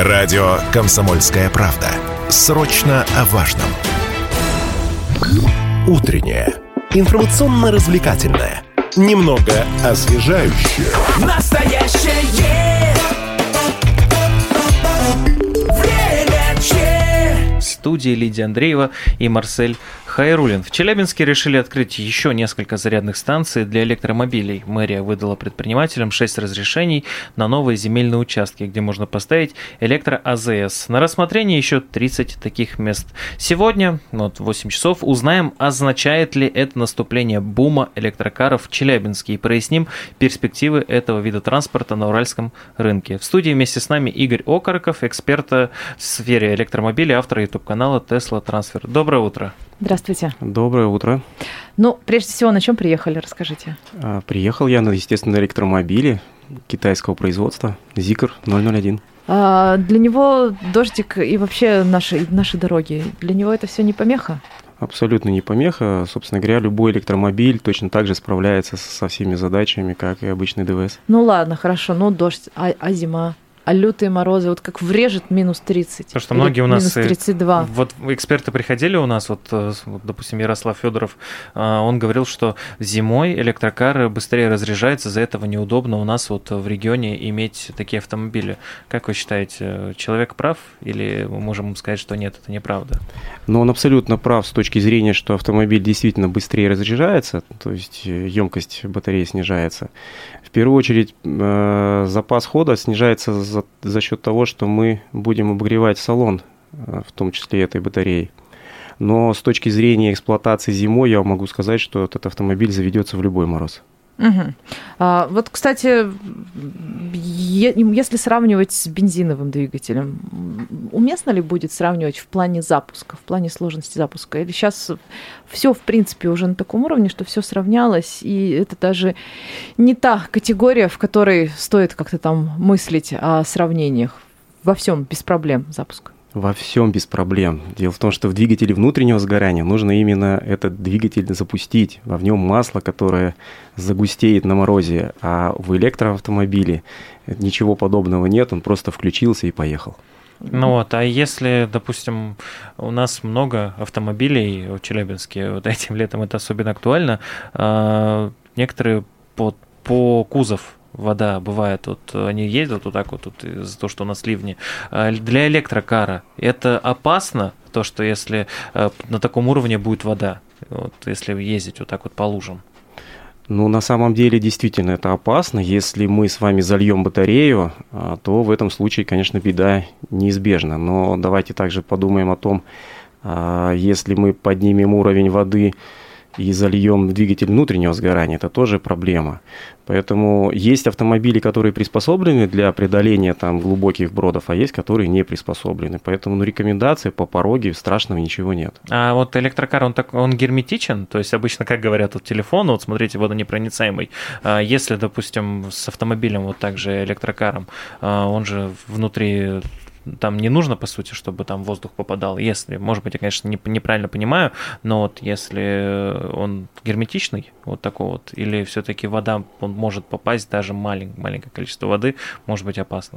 Радио «Комсомольская правда». Срочно о важном. Утреннее. Информационно-развлекательное. Немного освежающее. Настоящее время Че. В студии Лидия Андреева и Марсель Хайруллин. В Челябинске решили открыть еще несколько зарядных станций для электромобилей. Мэрия выдала предпринимателям 6 разрешений на новые земельные участки, где можно поставить электро-АЗС. На рассмотрение еще 30 таких мест. Сегодня, в 8 часов, узнаем, означает ли это наступление бума электрокаров в Челябинске и проясним перспективы этого вида транспорта на уральском рынке. В студии вместе с нами Игорь Окороков, эксперт в сфере электромобилей, автор YouTube-канала Tesla Transfer. Доброе утро. Здравствуйте. Доброе утро. Прежде всего, на чем приехали, расскажите. Приехал я, естественно, на электромобиле китайского производства Zeekr 001. Для него дождик и вообще наши дороги, для него это все не помеха? Абсолютно не помеха. Собственно говоря, любой электромобиль точно так же справляется со всеми задачами, как и обычный ДВС. Ладно, хорошо, дождь, а зима? А лютые морозы, как врежет минус 30. Потому что многие у нас... Минус 32. Эксперты приходили у нас, допустим, Ярослав Федоров, он говорил, что зимой электрокары быстрее разряжаются, из-за этого неудобно у нас в регионе иметь такие автомобили. Как вы считаете, человек прав или мы можем сказать, что нет, это неправда? Он абсолютно прав с точки зрения, что автомобиль действительно быстрее разряжается, то есть емкость батареи снижается. В первую очередь запас хода снижается за счет того, что мы будем обогревать салон, в том числе этой батареей. Но с точки зрения эксплуатации зимой я могу сказать, что этот автомобиль заведется в любой мороз. Угу. Кстати, если сравнивать с бензиновым двигателем, уместно ли будет сравнивать в плане запуска, в плане сложности запуска? Или сейчас все, в принципе, уже на таком уровне, что все сравнялось, и это даже не та категория, в которой стоит как-то там мыслить о сравнениях? Во всем без проблем запуск? Во всем без проблем. Дело в том, что в двигателе внутреннего сгорания нужно именно этот двигатель запустить. В нем масло, которое загустеет на морозе, а в электроавтомобиле ничего подобного нет, он просто включился и поехал. А если, допустим, у нас много автомобилей в Челябинске, этим летом это особенно актуально, некоторые по кузов вода бывает, они ездят из-за того, что у нас ливни. Для электрокара это опасно, то, что если на таком уровне будет вода, если ездить по лужам? На самом деле, действительно, это опасно. Если мы с вами зальем батарею, то в этом случае, конечно, беда неизбежна. Но давайте также подумаем о том, если мы поднимем уровень воды и зальем двигатель внутреннего сгорания, это тоже проблема. Поэтому есть автомобили, которые приспособлены для преодоления глубоких бродов, а есть, которые не приспособлены. Поэтому рекомендации по пороге страшного ничего нет. А электрокар, он герметичен? То есть обычно, как говорят, телефон, смотрите, водонепроницаемый. Если, допустим, с автомобилем, также электрокаром, он же внутри... Там не нужно, по сути, чтобы там воздух попадал. Если, может быть, я, конечно, неправильно понимаю, но если он герметичный, или все-таки вода, он может попасть, даже маленькое количество воды, может быть опасно.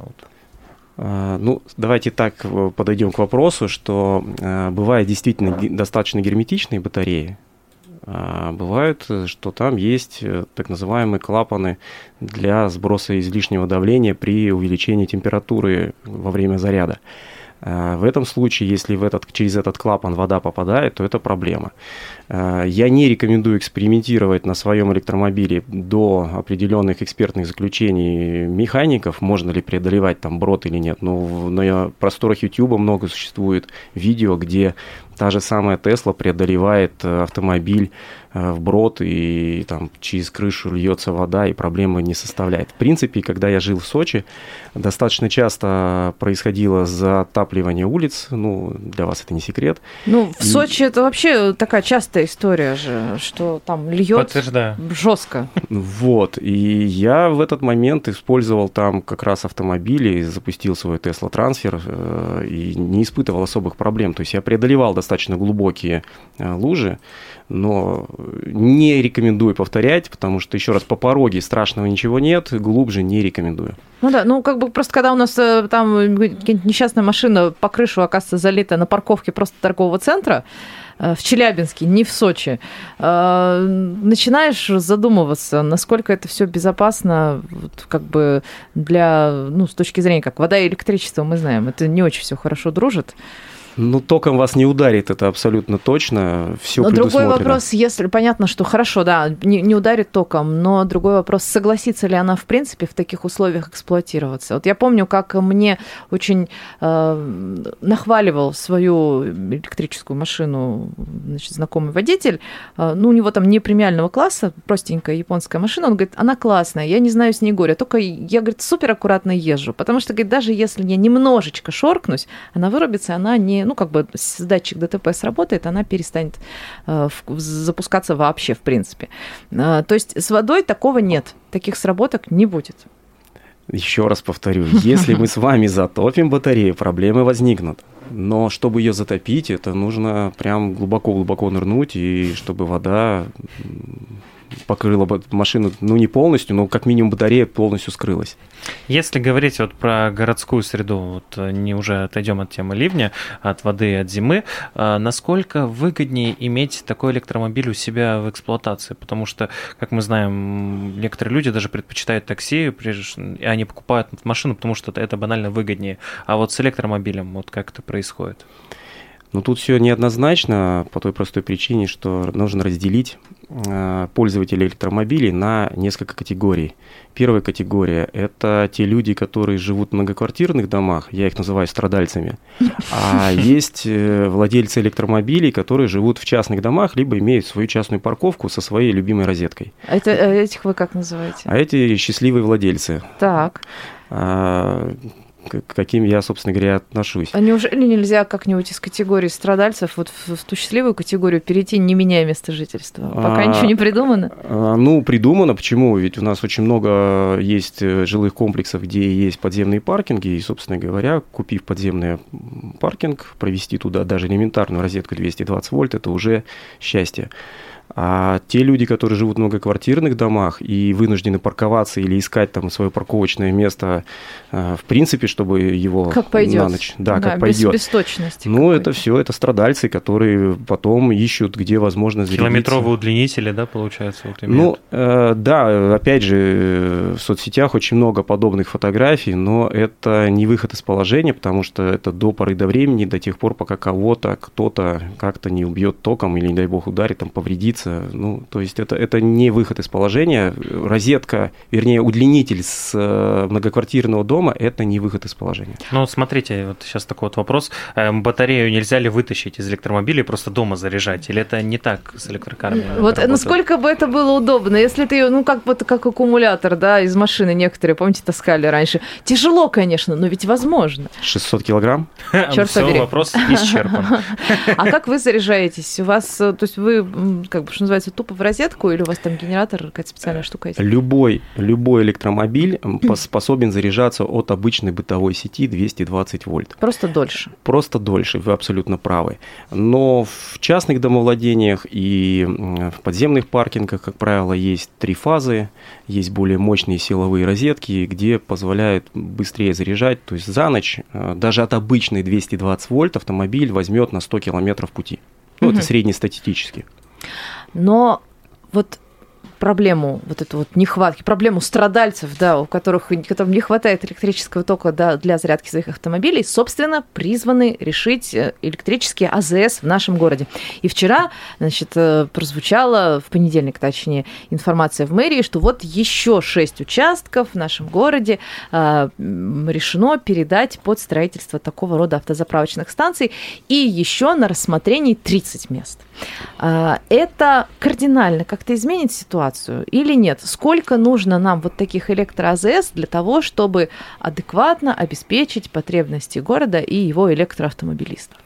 Давайте так подойдем к вопросу, что бывают действительно достаточно герметичные батареи. Бывает, что там есть так называемые клапаны для сброса излишнего давления при увеличении температуры во время заряда. В этом случае, если через этот клапан вода попадает, то это проблема. Я не рекомендую экспериментировать на своем электромобиле до определенных экспертных заключений механиков, можно ли преодолевать брод или нет. Но на просторах YouTube много существует видео, где та же самая Tesla преодолевает автомобиль вброд, и через крышу льется вода, и проблемы не составляет. В принципе, когда я жил в Сочи, достаточно часто происходило затапливание затапливания улиц, ну, для вас это не секрет. Ну, в Сочи это вообще такая частая история же, что там льет жестко. Вот, и я в этот момент использовал там как раз автомобили, запустил свой Tesla Transfer и не испытывал особых проблем. То есть я преодолевал достаточно глубокие лужи, но не рекомендую повторять, потому что, еще раз, по пороге страшного ничего нет, глубже не рекомендую. Ну да, ну как бы просто когда у нас там несчастная машина по крышу оказывается залита на парковке просто торгового центра, в Челябинске, не в Сочи, начинаешь задумываться, насколько это все безопасно, вот, как бы для, ну, с точки зрения, как вода и электричество, мы знаем, это не очень все хорошо дружит. Ну, током вас не ударит, это абсолютно точно, все предусмотрено. Но другой вопрос, если понятно, что хорошо, да, не ударит током, но другой вопрос, согласится ли она, в принципе, в таких условиях эксплуатироваться. Вот я помню, как мне очень нахваливал свою электрическую машину, значит, знакомый водитель, ну, у него там не премиального класса, простенькая японская машина, он говорит, она классная, я не знаю с ней горя, только я, говорит, супер аккуратно езжу, потому что, говорит, даже если я немножечко шоркнусь, она вырубится, она не, ну, как бы датчик ДТП сработает, она перестанет запускаться вообще, в принципе. То есть с водой такого нет, таких сработок не будет. Еще раз повторю, если мы с вами затопим батарею, проблемы возникнут. Но чтобы ее затопить, это нужно прям глубоко-глубоко нырнуть, и чтобы вода покрыла машину, ну, не полностью, но как минимум батарея полностью скрылась. Если говорить вот про городскую среду, вот не уже отойдем от темы ливня, от воды, от зимы, насколько выгоднее иметь такой электромобиль у себя в эксплуатации? Потому что, как мы знаем, некоторые люди даже предпочитают такси, и они покупают машину, потому что это банально выгоднее. А вот с электромобилем вот как это происходит? Ну, тут все неоднозначно по той простой причине, что нужно разделить пользователей электромобилей на несколько категорий. Первая категория – это те люди, которые живут в многоквартирных домах, я их называю страдальцами, а есть владельцы электромобилей, которые живут в частных домах, либо имеют свою частную парковку со своей любимой розеткой. Это этих вы как называете? А эти счастливые владельцы. Так. К каким я, собственно говоря, отношусь. А неужели нельзя как-нибудь из категории страдальцев вот в ту счастливую категорию перейти, не меняя место жительства? Пока ничего не придумано? Ну, придумано. Почему? Ведь у нас очень много есть жилых комплексов, где есть подземные паркинги, и, собственно говоря, купив подземный паркинг, провести туда даже элементарную розетку 220 вольт, это уже счастье. А те люди, которые живут в многоквартирных домах и вынуждены парковаться или искать там свое парковочное место, в принципе, чтобы его как пойдет. На ночь... Да, как пойдет. Без точности. Ну, это все, это страдальцы, которые потом ищут, где возможно зарядиться. Километровые удлинители, да, получается? Вот ну, да, опять же, в соцсетях очень много подобных фотографий, но это не выход из положения, потому что это до поры до времени, до тех пор, пока кого-то, кто-то как-то не убьет током или, не дай бог, ударит, там, повредится. Ну, то есть это не выход из положения. Розетка, вернее, удлинитель с многоквартирного дома – это не выход из положения. Ну, смотрите, вот сейчас такой вот вопрос. Батарею нельзя ли вытащить из электромобиля и просто дома заряжать? Или это не так с электрокарами? Вот насколько бы это было удобно, если ты ее, ну, как аккумулятор, да, из машины некоторые, помните, таскали раньше. Тяжело, конечно, но ведь возможно. 600 килограмм? Черт побери. Вопрос исчерпан. А как вы заряжаетесь? У вас, то есть вы, как бы, что называется, тупо в розетку, или у вас там генератор, какая-то специальная штука есть? Любой электромобиль способен заряжаться от обычной бытовой сети 220 вольт. Просто дольше? Просто дольше, вы абсолютно правы. Но в частных домовладениях и в подземных паркингах, как правило, есть 3 фазы, есть более мощные силовые розетки, где позволяют быстрее заряжать. То есть за ночь даже от обычной 220 вольт автомобиль возьмет на 100 километров пути. Ну, это среднестатистически. Но вот проблему вот эту вот нехватки, проблему страдальцев, да, которым не хватает электрического тока, да, для зарядки своих автомобилей, собственно, призваны решить электрические АЗС в нашем городе. И вчера, значит, прозвучала, в понедельник, точнее, информация в мэрии, что вот еще 6 участков в нашем городе решено передать под строительство такого рода автозаправочных станций, и еще на рассмотрении 30 мест. Это кардинально как-то изменит ситуацию? ситуацию или нет? Сколько нужно нам вот таких электро-АЗС для того, чтобы адекватно обеспечить потребности города и его электроавтомобилистов?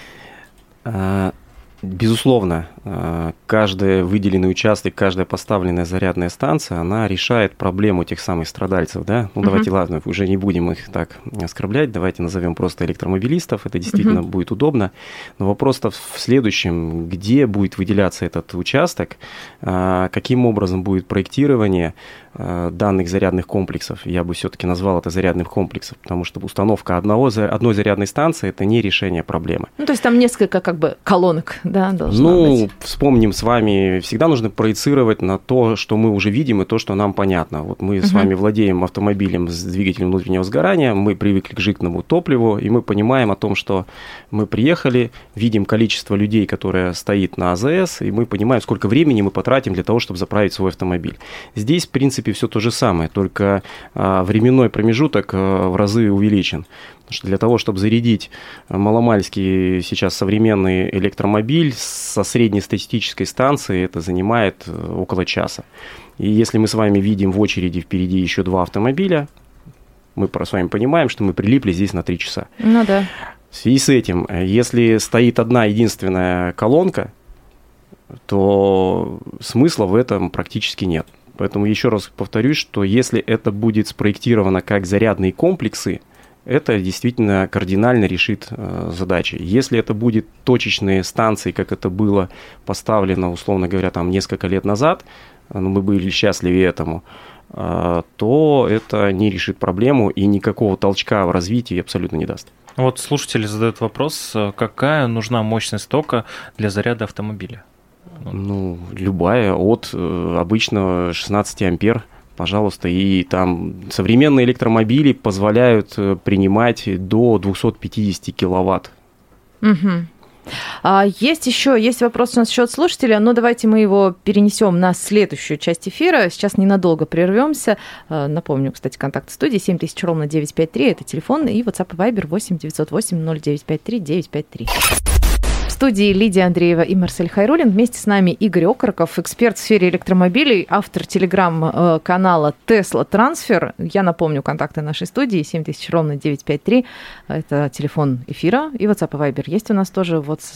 Безусловно, каждый выделенный участок, каждая поставленная зарядная станция, она решает проблему тех самых страдальцев, да? Ну, давайте, ладно, уже не будем их так оскорблять, давайте назовем просто электромобилистов, это действительно будет удобно. Но вопрос-то в следующем, где будет выделяться этот участок, каким образом будет проектирование данных зарядных комплексов. Я бы все-таки назвал это зарядным комплексом, потому что установка одной зарядной станции – это не решение проблемы. Ну, то есть там несколько как бы колонок, да, должно быть. Вспомним с вами, всегда нужно проецировать на то, что мы уже видим и то, что нам понятно. Вот мы с вами владеем автомобилем с двигателем внутреннего сгорания, мы привыкли к жидкому топливу, и мы понимаем о том, что мы приехали, видим количество людей, которое стоит на АЗС, и мы понимаем, сколько времени мы потратим для того, чтобы заправить свой автомобиль. Здесь, в принципе, все то же самое, только временной промежуток в разы увеличен. Потому что для того, чтобы зарядить маломальский сейчас современный электромобиль со среднестатистической станции, это занимает около часа. И если мы с вами видим в очереди впереди еще 2 автомобиля, мы с вами понимаем, что мы прилипли здесь на 3 часа. Ну да. В связи с этим, если стоит одна единственная колонка, то смысла в этом практически нет. Поэтому еще раз повторюсь, что если это будет спроектировано как зарядные комплексы, это действительно кардинально решит задачи. Если это будет точечные станции, как это было поставлено, условно говоря, там несколько лет назад, мы были счастливы этому, то это не решит проблему и никакого толчка в развитии абсолютно не даст. Вот слушатели задают вопрос, какая нужна мощность тока для заряда автомобиля? Ну, любая, от обычного 16 ампер, пожалуйста. И там современные электромобили позволяют принимать до 250 киловатт. Есть вопрос у нас еще от слушателя, но давайте мы его перенесем на следующую часть эфира. Сейчас ненадолго прервемся. Напомню, кстати, контакт студии 7000 ровно 953, это телефон, и WhatsApp и Viber 8 908 0953 953. В студии Лидия Андреева и Марсель Хайруллин. Вместе с нами Игорь Окороков, эксперт в сфере электромобилей, автор телеграм-канала Tesla Transfer. Я напомню, контакты нашей студии 7000 ровно 953. Это телефон эфира. И WhatsApp и Viber есть у нас тоже.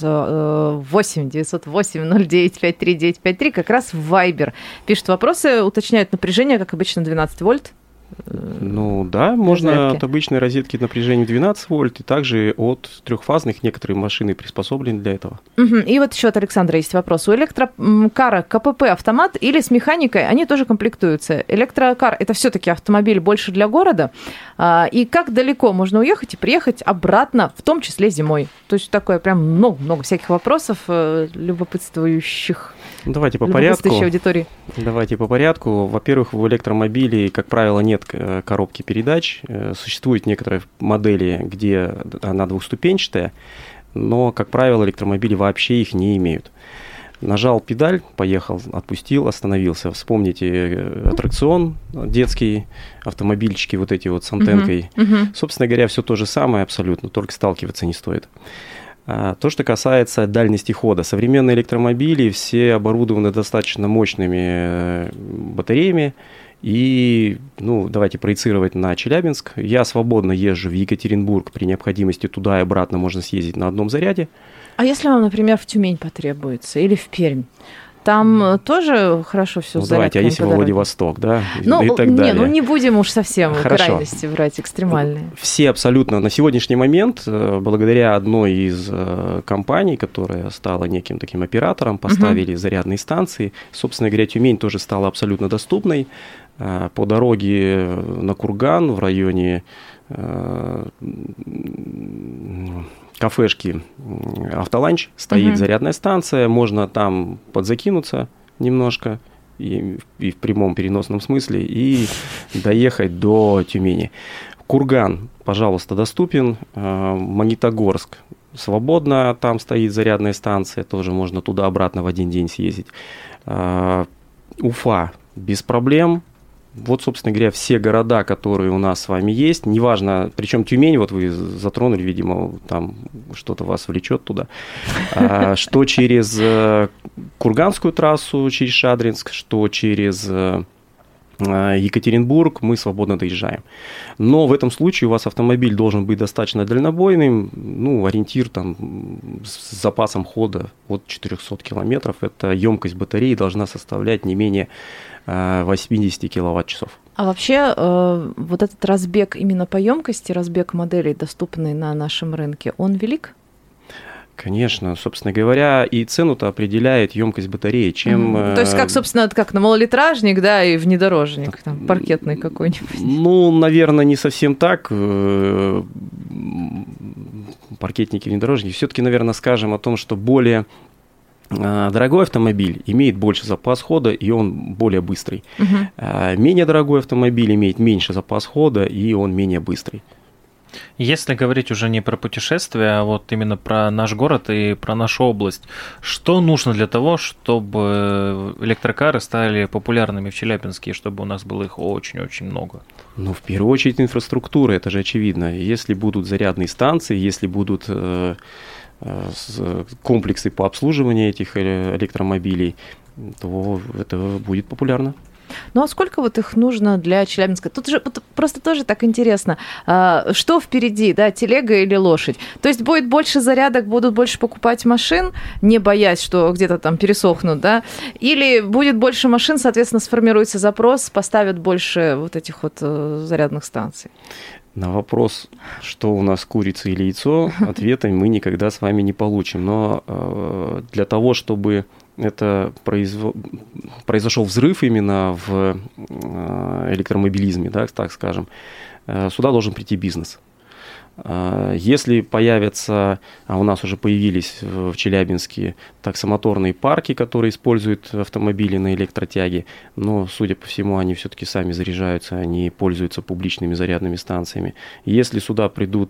8 908 0953 953. Как раз в Viber. Пишут вопросы, уточняют напряжение, как обычно, 12 вольт. Ну да, можно от обычной розетки напряжение 12 вольт, и также от трехфазных, некоторые машины приспособлены для этого. И вот еще от Александра есть вопрос. У электрокара КПП автомат или с механикой, они тоже комплектуются. Электрокар – это все-таки автомобиль больше для города, и как далеко можно уехать и приехать обратно, в том числе зимой? То есть такое прям много всяких вопросов любопытствующих. Давайте по порядку. Аудитории. Давайте по порядку. Во-первых, в электромобиле, как правило, нет коробки передач. Существуют некоторые модели, где она двухступенчатая, но, как правило, электромобили вообще их не имеют. Нажал педаль, поехал, отпустил, остановился. Вспомните аттракцион детский, автомобильчики вот эти вот с антенкой. Собственно говоря, все то же самое абсолютно, только сталкиваться не стоит. То, что касается дальности хода. Современные электромобили все оборудованы достаточно мощными батареями. И, давайте проецировать на Челябинск. Я свободно езжу в Екатеринбург. При необходимости туда и обратно можно съездить на одном заряде. А если вам, например, в Тюмень потребуется или в Пермь? Там тоже хорошо все с зарядками. Давайте, а если во Владивосток, да, и так далее. Не будем уж совсем крайности брать экстремальные. Все абсолютно на сегодняшний момент, благодаря одной из компаний, которая стала неким таким оператором, поставили зарядные станции. Собственно говоря, Тюмень тоже стала абсолютно доступной. По дороге на Курган в районе кафешки «Автоланч» стоит зарядная станция, можно там подзакинуться немножко, и в прямом переносном смысле, и доехать до Тюмени. Курган, пожалуйста, доступен, Магнитогорск свободно, там стоит зарядная станция, тоже можно туда-обратно в один день съездить. Уфа без проблем. Вот, собственно говоря, все города, которые у нас с вами есть, неважно, причем Тюмень, вот вы затронули, видимо, там что-то вас влечет туда, что через Курганскую трассу, через Шадринск, что через Екатеринбург, мы свободно доезжаем. Но в этом случае у вас автомобиль должен быть достаточно дальнобойным, ну, ориентир там с запасом хода от 400 километров. Это емкость батареи должна составлять не менее 80 киловатт-часов. А вообще вот этот разбег именно по емкости, разбег моделей, доступный на нашем рынке, он велик? Конечно, собственно говоря, и цену-то определяет емкость батареи, чем... То есть, как, собственно, как на малолитражник, да, и внедорожник, там, паркетный какой-нибудь. Ну, наверное, не совсем так. Паркетники, внедорожники. Все-таки, наверное, скажем о том, что более дорогой автомобиль имеет больше запас хода, и он более быстрый. Менее дорогой автомобиль имеет меньше запас хода, и он менее быстрый. Если говорить уже не про путешествия, а вот именно про наш город и про нашу область, что нужно для того, чтобы электрокары стали популярными в Челябинске, чтобы у нас было их очень-очень много? Ну, в первую очередь, инфраструктура, это же очевидно. Если будут зарядные станции, если будут комплексы по обслуживанию этих электромобилей, то это будет популярно. Ну а сколько вот их нужно для Челябинска? Тут же просто тоже так интересно, что впереди, да, телега или лошадь? То есть будет больше зарядок, будут больше покупать машин, не боясь, что где-то там пересохнут, да? Или будет больше машин, соответственно, сформируется запрос, поставят больше вот этих вот зарядных станций? На вопрос, что у нас курица или яйцо, ответа мы никогда с вами не получим. Но для того, чтобы это произошел взрыв именно в электромобилизме, да, так скажем, сюда должен прийти бизнес. Если появятся, а у нас уже появились в Челябинске таксомоторные парки, которые используют автомобили на электротяге, но, судя по всему, они все-таки сами заряжаются, они пользуются публичными зарядными станциями. Если сюда придут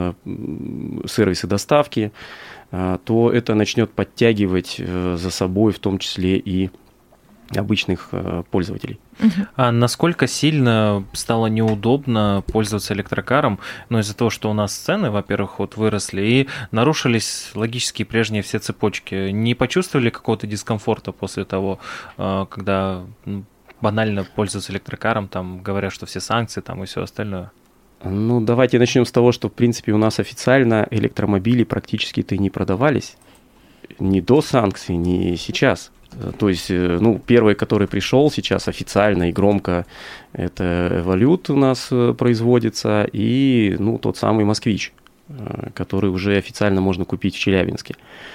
сервисы доставки, то это начнет подтягивать за собой в том числе и обычных пользователей. А насколько сильно стало неудобно пользоваться электрокаром, ну, из-за того, что у нас цены, во-первых, вот выросли, и нарушились логические прежние все цепочки. Не почувствовали какого-то дискомфорта после того, когда банально пользоваться электрокаром, там говорят, что все санкции там и все остальное? Ну, давайте начнем с того, что, в принципе, у нас официально электромобили практически-то и не продавались. Ни до санкций, ни сейчас. То есть, ну, первый, который пришел сейчас официально и громко, это Эволют у нас производится, и, ну, тот самый Москвич, который уже официально можно купить в Челябинске.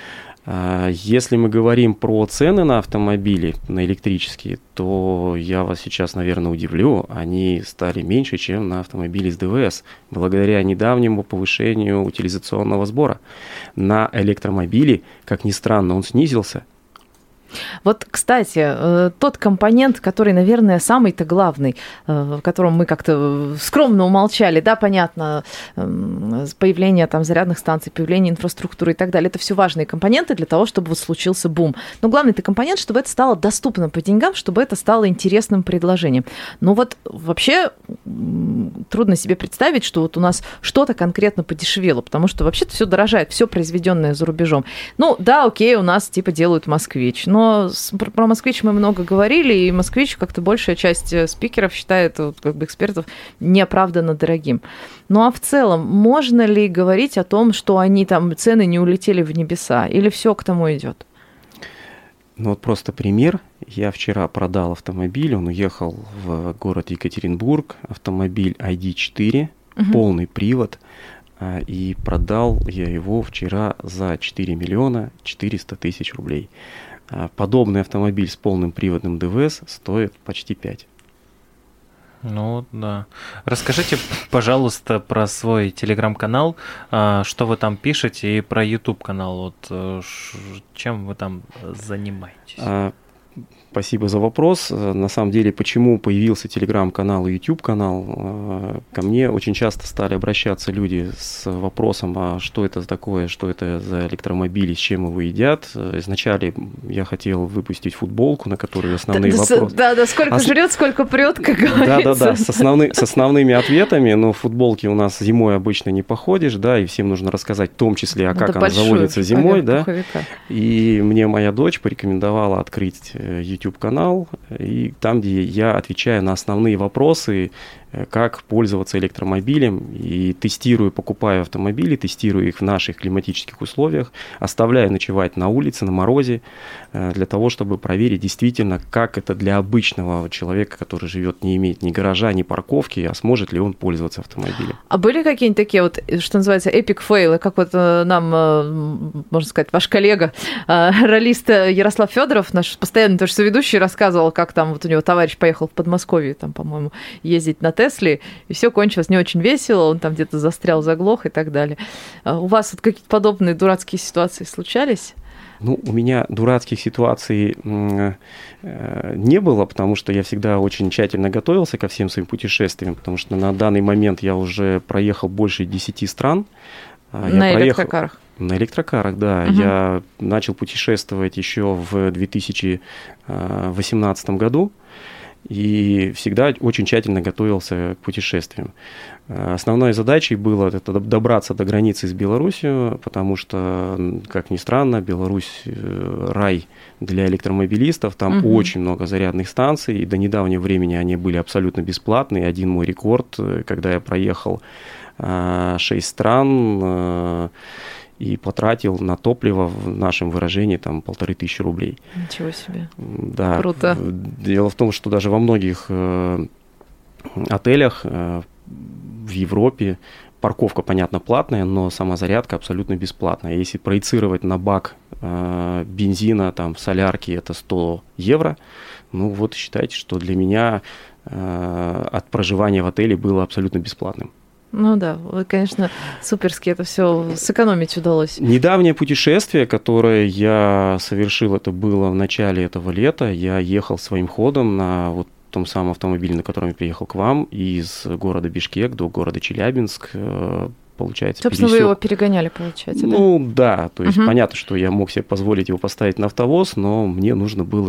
Если мы говорим про цены на автомобили, на электрические, то я вас сейчас, наверное, удивлю, они стали меньше, чем на автомобили с ДВС, благодаря недавнему повышению утилизационного сбора. На электромобили, как ни странно, он снизился. Вот, кстати, тот компонент, который, наверное, самый-то главный, о котором мы как-то скромно умолчали, да, понятно, появление там зарядных станций, появление инфраструктуры и так далее, это все важные компоненты для того, чтобы вот случился бум. Но главный-то компонент, чтобы это стало доступно по деньгам, чтобы это стало интересным предложением. Но вот вообще трудно себе представить, что вот у нас что-то конкретно подешевело, потому что вообще-то все дорожает, все произведенное за рубежом. Ну, да, окей, у нас типа делают «Москвич», но про «Москвич» мы много говорили, и «Москвич» как-то большая часть спикеров считает, как бы экспертов, неоправданно дорогим. Ну а в целом, можно ли говорить о том, что они там, цены не улетели в небеса, или все к тому идет? Ну вот просто пример. Я вчера продал автомобиль, он уехал в город Екатеринбург, автомобиль ID.4, полный привод, и продал я его вчера за 4 миллиона 400 тысяч рублей. Подобный автомобиль с полным приводным ДВС стоит почти 5. Ну да. Расскажите, пожалуйста, про свой телеграм-канал, что вы там пишете, и про YouTube-канал. Вот чем вы там занимаетесь? Спасибо за вопрос. На самом деле, почему появился телеграм-канал и YouTube-канал? Ко мне очень часто стали обращаться люди с вопросом, а что это такое, что это за электромобили, с чем его едят. Изначально я хотел выпустить футболку, на которой основные вопросы. Да, сколько жрет, сколько прет, как говорится. Да, с основными ответами, но в футболке у нас зимой обычно не походишь, да, и всем нужно рассказать в том числе, как она заводится зимой, да. И мне моя дочь порекомендовала открыть YouTube-канал, и там, где я отвечаю на основные вопросы, как пользоваться электромобилем, и тестирую, покупаю автомобили, тестирую их в наших климатических условиях, оставляю ночевать на улице, на морозе, для того, чтобы проверить действительно, как это для обычного человека, который живет, не имеет ни гаража, ни парковки, а сможет ли он пользоваться автомобилем. А были какие-нибудь такие вот, что называется, эпик-фейлы, как вот нам, можно сказать, ваш коллега, раллист Ярослав Федоров, наш постоянный тоже соведущий, рассказывал, как там вот у него товарищ поехал в Подмосковье, там, по-моему, ездить на Тесле, и все кончилось не очень весело, он там где-то застрял, заглох и так далее. У вас вот какие-то подобные дурацкие ситуации случались? Ну, у меня дурацких ситуаций не было, потому что я всегда очень тщательно готовился ко всем своим путешествиям, потому что на данный момент я уже проехал больше 10 стран. На электрокарах? На электрокарах, да. Угу. Я начал путешествовать еще в 2018 году. И всегда очень тщательно готовился к путешествиям. Основной задачей было это добраться до границы с Беларусью, потому что, как ни странно, Беларусь рай для электромобилистов, там очень много зарядных станций, и до недавнего времени они были абсолютно бесплатные. Один мой рекорд, когда я проехал 6 стран, и потратил на топливо, в нашем выражении, там 1500 рублей. Ничего себе. Да. Круто. Дело в том, что даже во многих отелях в Европе парковка, понятно, платная, но сама зарядка абсолютно бесплатная. Если проецировать на бак бензина, там, солярки, это 100 евро, ну вот считайте, что для меня от проживания в отеле было абсолютно бесплатным. Ну да, вы, конечно, суперски это все сэкономить удалось. Недавнее путешествие, которое я совершил, это было в начале этого лета. Я ехал своим ходом на вот том самом автомобиле, на котором я приехал к вам, из города Бишкек до города Челябинск. Получается, собственно, вы его перегоняли, получается, да? Ну да, то есть понятно, что я мог себе позволить его поставить на автовоз, но мне нужно было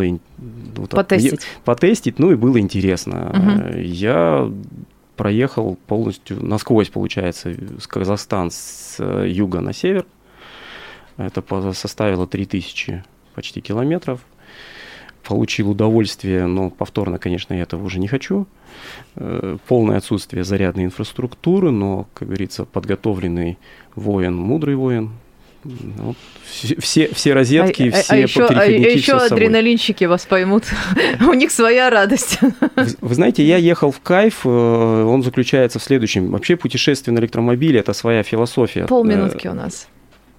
потестить, ну и было интересно. Я проехал полностью насквозь, получается, с Казахстана с юга на север. Это составило 3000 почти километров. Получил удовольствие, но повторно, конечно, я этого уже не хочу. Полное отсутствие зарядной инфраструктуры, но, как говорится, подготовленный воин, мудрый воин. Вот. Все розетки, все переходники. Еще адреналинщики вас поймут. У них своя радость. Вы знаете, я ехал в кайф. Он заключается в следующем. Вообще путешествие на электромобиле – это своя философия. Полминутки у нас.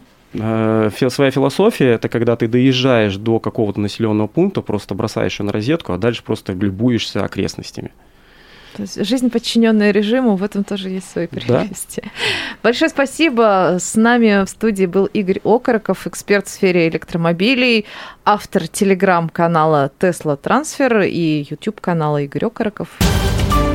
Своя философия – это когда ты доезжаешь до какого-то населенного пункта, просто бросаешь ее на розетку, а дальше просто любуешься окрестностями. То есть жизнь, подчиненная режиму, в этом тоже есть свои прелести. Да. Большое спасибо. С нами в студии был Игорь Окороков, эксперт в сфере электромобилей, автор телеграм-канала Tesla Transfer и YouTube-канала Игорь Окороков.